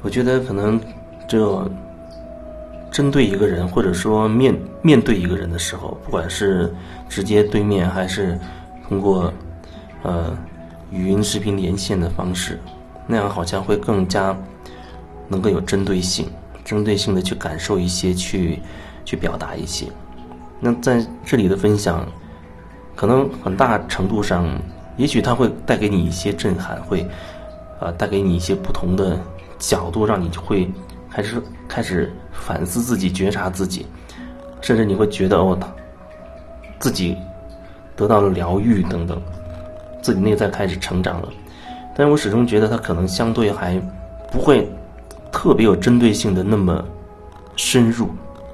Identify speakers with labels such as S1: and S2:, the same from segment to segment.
S1: 我觉得可能只有针对一个人，或者说面对一个人的时候，不管是直接对面还是通过语音视频连线的方式，那样好像会更加能够有针对性的去感受一些，去表达一些。那在这里的分享可能很大程度上，也许它会带给你一些震撼，会带给你一些不同的角度，让你会开始反思自己，觉察自己，甚至你会觉得自己得到了疗愈等等，自己内在开始成长了。但是我始终觉得它可能相对还不会特别有针对性的那么深入。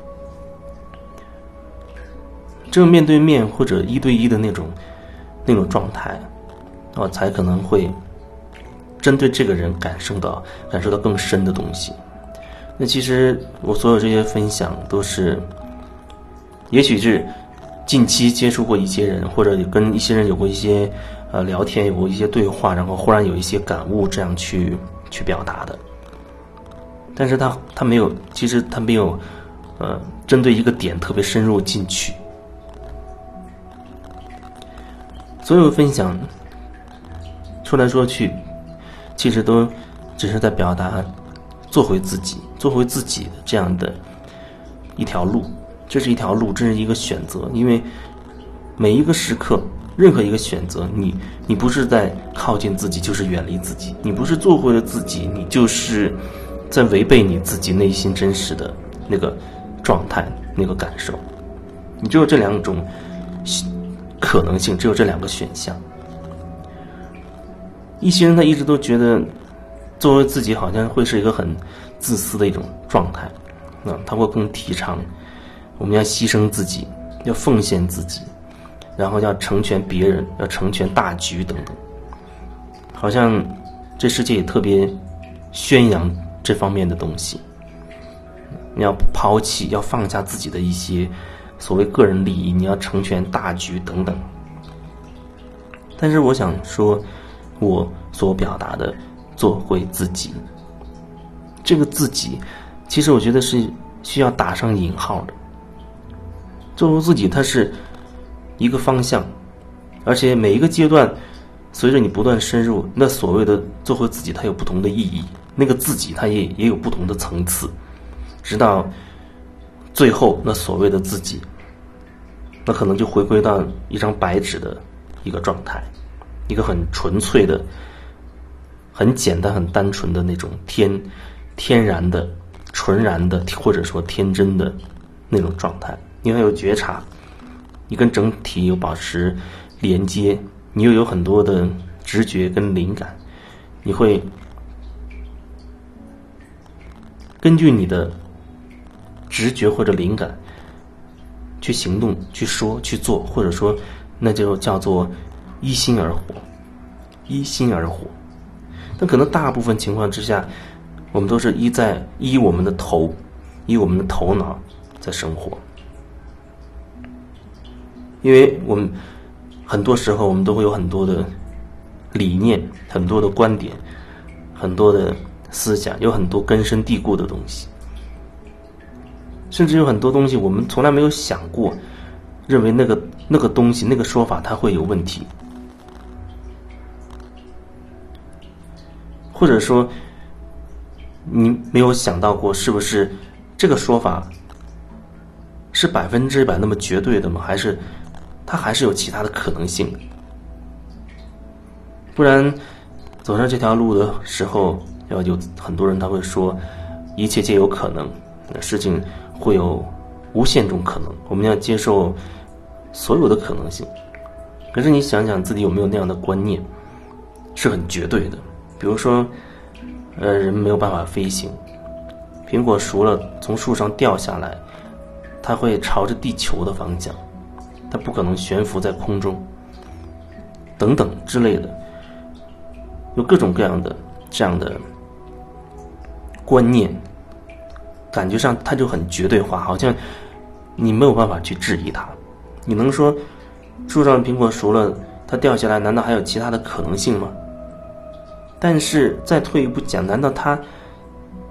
S1: 只有面对面或者一对一的那种状态才可能会针对这个人感受到更深的东西。那其实我所有这些分享都是，也许是近期接触过一些人，或者跟一些人有过一些聊天，有过一些对话，然后忽然有一些感悟，这样去表达的。但是他没有，其实他没有针对一个点特别深入进去。所有分享说来说去，其实都只是在表达做回自己的这样的一条路。这是一条路，这是一个选择。因为每一个时刻，任何一个选择，你不是在靠近自己，就是远离自己；你不是做回了自己，你就是在违背你自己内心真实的那个状态、那个感受。你只有这两种可能性，只有这两个选项。一些人他一直都觉得作为自己好像会是一个很自私的一种状态，他会更提倡我们要牺牲自己，要奉献自己，然后要成全别人，要成全大局等等。好像这世界也特别宣扬这方面的东西，你要抛弃，要放下自己的一些所谓个人利益，你要成全大局等等。但是我想说，我所表达的做回自己，这个自己其实我觉得是需要打上引号的。做回自己它是一个方向，而且每一个阶段随着你不断深入，那所谓的做回自己它有不同的意义，那个自己它也有不同的层次，直到最后那所谓的自己，那可能就回归到一张白纸的一个状态，一个很纯粹的、很简单、很单纯的那种天然的、纯然的，或者说天真的那种状态。你很有觉察，你跟整体有保持连接，你又有很多的直觉跟灵感，你会根据你的直觉或者灵感去行动、去说、去做，或者说那就叫做依心而活。但可能大部分情况之下，我们都是依我们的头脑在生活。因为我们很多时候我们都会有很多的理念，很多的观点，很多的思想，有很多根深蒂固的东西，甚至有很多东西我们从来没有想过，认为那个东西那个说法它会有问题，或者说你没有想到过是不是这个说法是100%那么绝对的吗？还是它还是有其他的可能性？不然走上这条路的时候，有很多人他会说一切皆有可能，事情会有无限种可能，我们要接受所有的可能性。可是你想想自己有没有那样的观念，是很绝对的。比如说人没有办法飞行，苹果熟了从树上掉下来，它会朝着地球的方向，它不可能悬浮在空中，等等之类的，有各种各样的这样的观念，感觉上它就很绝对化，好像你没有办法去质疑它。你能说树上苹果熟了它掉下来，难道还有其他的可能性吗？但是再退一步讲，难道它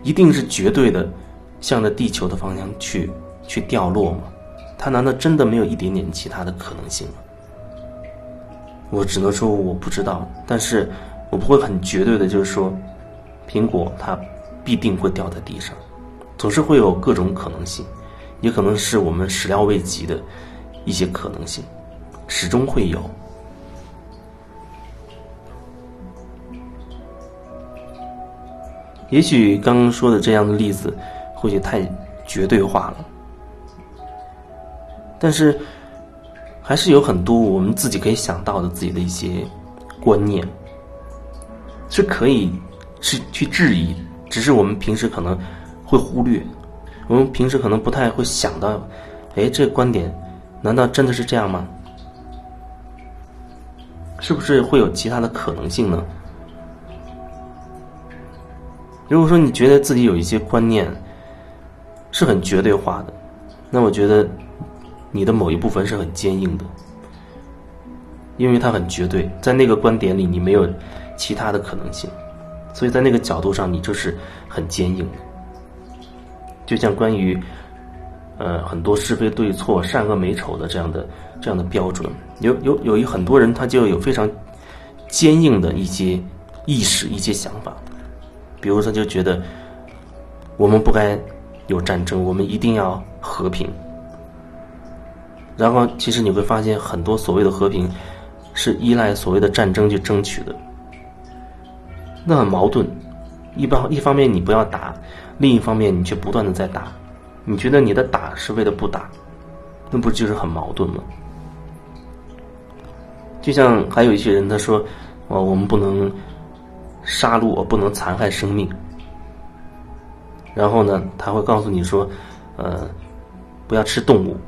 S1: 一定是绝对的向着地球的方向去掉落吗？它难道真的没有一点点其他的可能性吗？我只能说我不知道，但是我不会很绝对的就是说苹果它必定会掉在地上，总是会有各种可能性，也可能是我们始料未及的一些可能性，始终会有。也许刚刚说的这样的例子或许太绝对化了，但是还是有很多我们自己可以想到的自己的一些观念是可以去质疑，只是我们平时可能会忽略，我们平时可能不太会想到，这个观点难道真的是这样吗？是不是会有其他的可能性呢？如果说你觉得自己有一些观念是很绝对化的，那我觉得你的某一部分是很坚硬的，因为它很绝对，在那个观点里你没有其他的可能性，所以在那个角度上你就是很坚硬的。就像关于很多是非对错善恶美丑的这样的标准，有很多人他就有非常坚硬的一些意识一些想法，比如说就觉得我们不该有战争，我们一定要和平，然后其实你会发现很多所谓的和平是依赖所谓的战争去争取的，那很矛盾，一方面你不要打，另一方面你却不断的在打，你觉得你的打是为了不打，那不就是很矛盾吗？就像还有一些人他说我们不能杀戮，不能残害生命，然后呢他会告诉你说不要吃动物，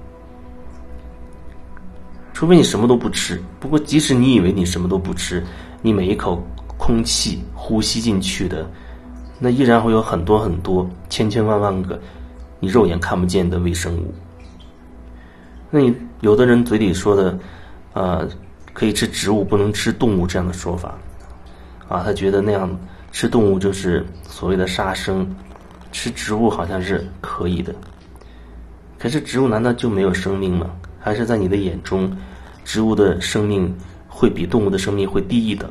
S1: 除非你什么都不吃，不过即使你以为你什么都不吃，你每一口空气呼吸进去的，那依然会有很多很多千千万万个你肉眼看不见的微生物。那你有的人嘴里说的可以吃植物不能吃动物这样的说法他觉得那样吃动物就是所谓的杀生，吃植物好像是可以的。可是植物难道就没有生命吗？还是在你的眼中植物的生命会比动物的生命会低一等？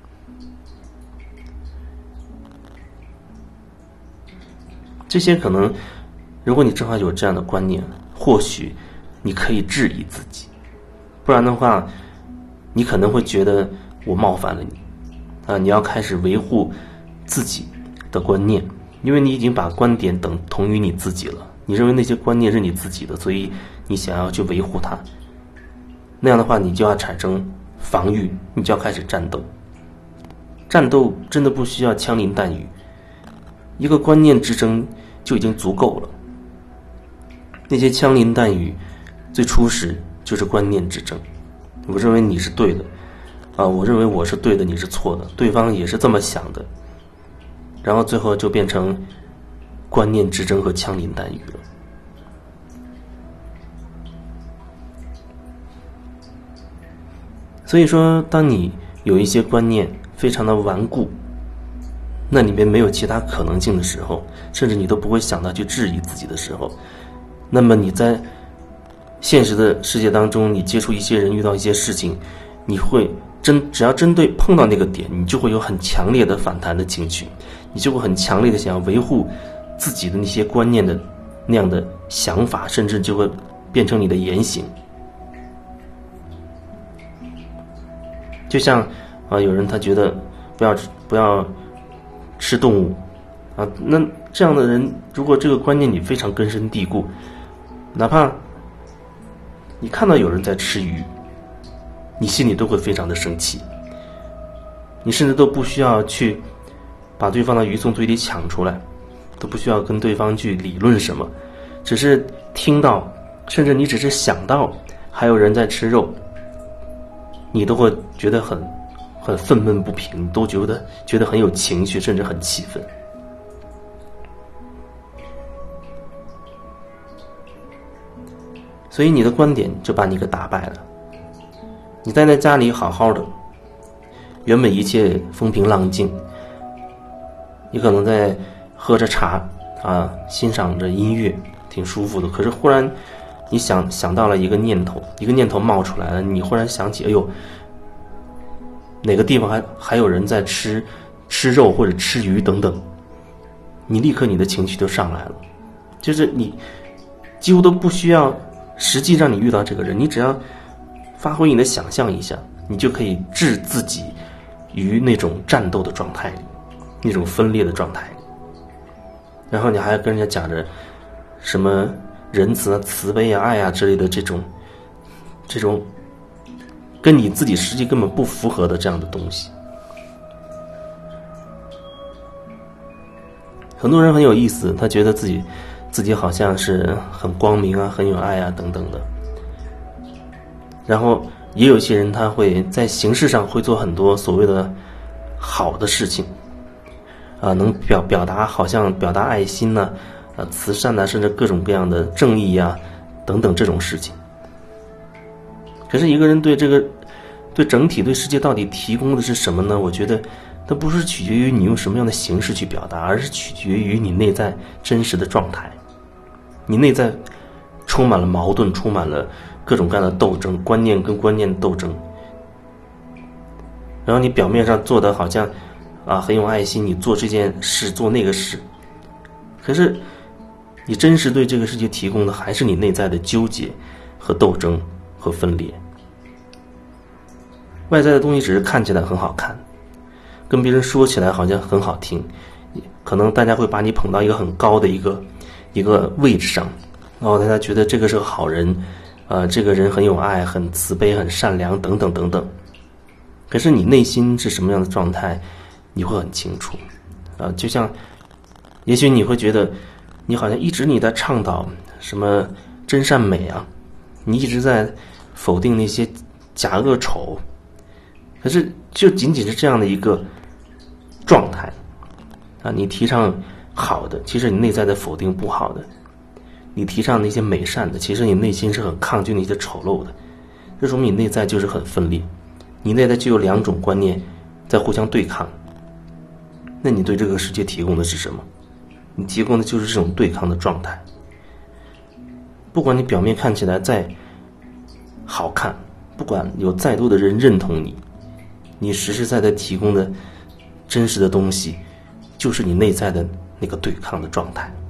S1: 这些可能如果你正好有这样的观念，或许你可以质疑自己，不然的话你可能会觉得我冒犯了你你要开始维护自己的观念，因为你已经把观点等同于你自己了，你认为那些观念是你自己的，所以你想要去维护它，那样的话你就要产生防御，你就要开始战斗。战斗真的不需要枪林弹雨，一个观念之争就已经足够了。那些枪林弹雨最初时就是观念之争，我认为你是对的我认为我是对的，你是错的，对方也是这么想的，然后最后就变成观念之争和枪林弹雨了。所以说当你有一些观念非常的顽固，那里面没有其他可能性的时候，甚至你都不会想到去质疑自己的时候，那么你在现实的世界当中，你接触一些人，遇到一些事情，你会只要针对碰到那个点，你就会有很强烈的反弹的情绪，你就会很强烈的想要维护自己的那些观念的那样的想法，甚至就会变成你的言行。就像有人他觉得不要吃动物那这样的人，如果这个观念你非常根深蒂固，哪怕你看到有人在吃鱼，你心里都会非常的生气，你甚至都不需要去把对方的鱼从嘴里抢出来，都不需要跟对方去理论什么，只是听到，甚至你只是想到还有人在吃肉，你都会觉得很愤懑不平，都觉得很有情绪，甚至很气愤。所以你的观点就把你给打败了。你在家里好好的，原本一切风平浪静，你可能在喝着茶啊，欣赏着音乐，挺舒服的。可是忽然你想到了一个念头冒出来了，你忽然想起，哎呦，哪个地方还有人在吃肉或者吃鱼等等，你立刻你的情绪就上来了，就是你几乎都不需要实际让你遇到这个人，你只要发挥你的想象一下，你就可以置自己于那种战斗的状态里，那种分裂的状态里，然后你还跟人家讲着什么仁慈啊、慈悲啊、爱啊之类的这种跟你自己实际根本不符合的这样的东西。很多人很有意思，他觉得自己好像是很光明啊，很有爱啊等等的，然后也有些人他会在形式上会做很多所谓的好的事情啊，能表达好像表达爱心呢、慈善呢、甚至各种各样的正义啊等等这种事情。可是一个人对整体对世界到底提供的是什么呢？我觉得它不是取决于你用什么样的形式去表达，而是取决于你内在真实的状态。你内在充满了矛盾，充满了各种各样的斗争，观念跟观念的斗争，然后你表面上做的好像很有爱心，你做这件事做那个事，可是你真实对这个世界提供的还是你内在的纠结和斗争和分裂。外在的东西只是看起来很好看，跟别人说起来好像很好听，可能大家会把你捧到一个很高的一个位置上，然后大家觉得这个是个好人，这个人很有爱，很慈悲，很善良等等等等。可是你内心是什么样的状态，你会很清楚。就像也许你会觉得你好像一直你在倡导什么真善美啊，你一直在否定那些假恶丑，可是就仅仅是这样的一个状态你提倡好的，其实你内在的否定不好的，你提倡那些美善的，其实你内心是很抗拒那些丑陋的，这说明你内在就是很分裂，你内在就有两种观念在互相对抗。那你对这个世界提供的是什么？你提供的就是这种对抗的状态。不管你表面看起来再好看，不管有再多的人认同你，你实实在在提供的真实的东西就是你内在的那个对抗的状态。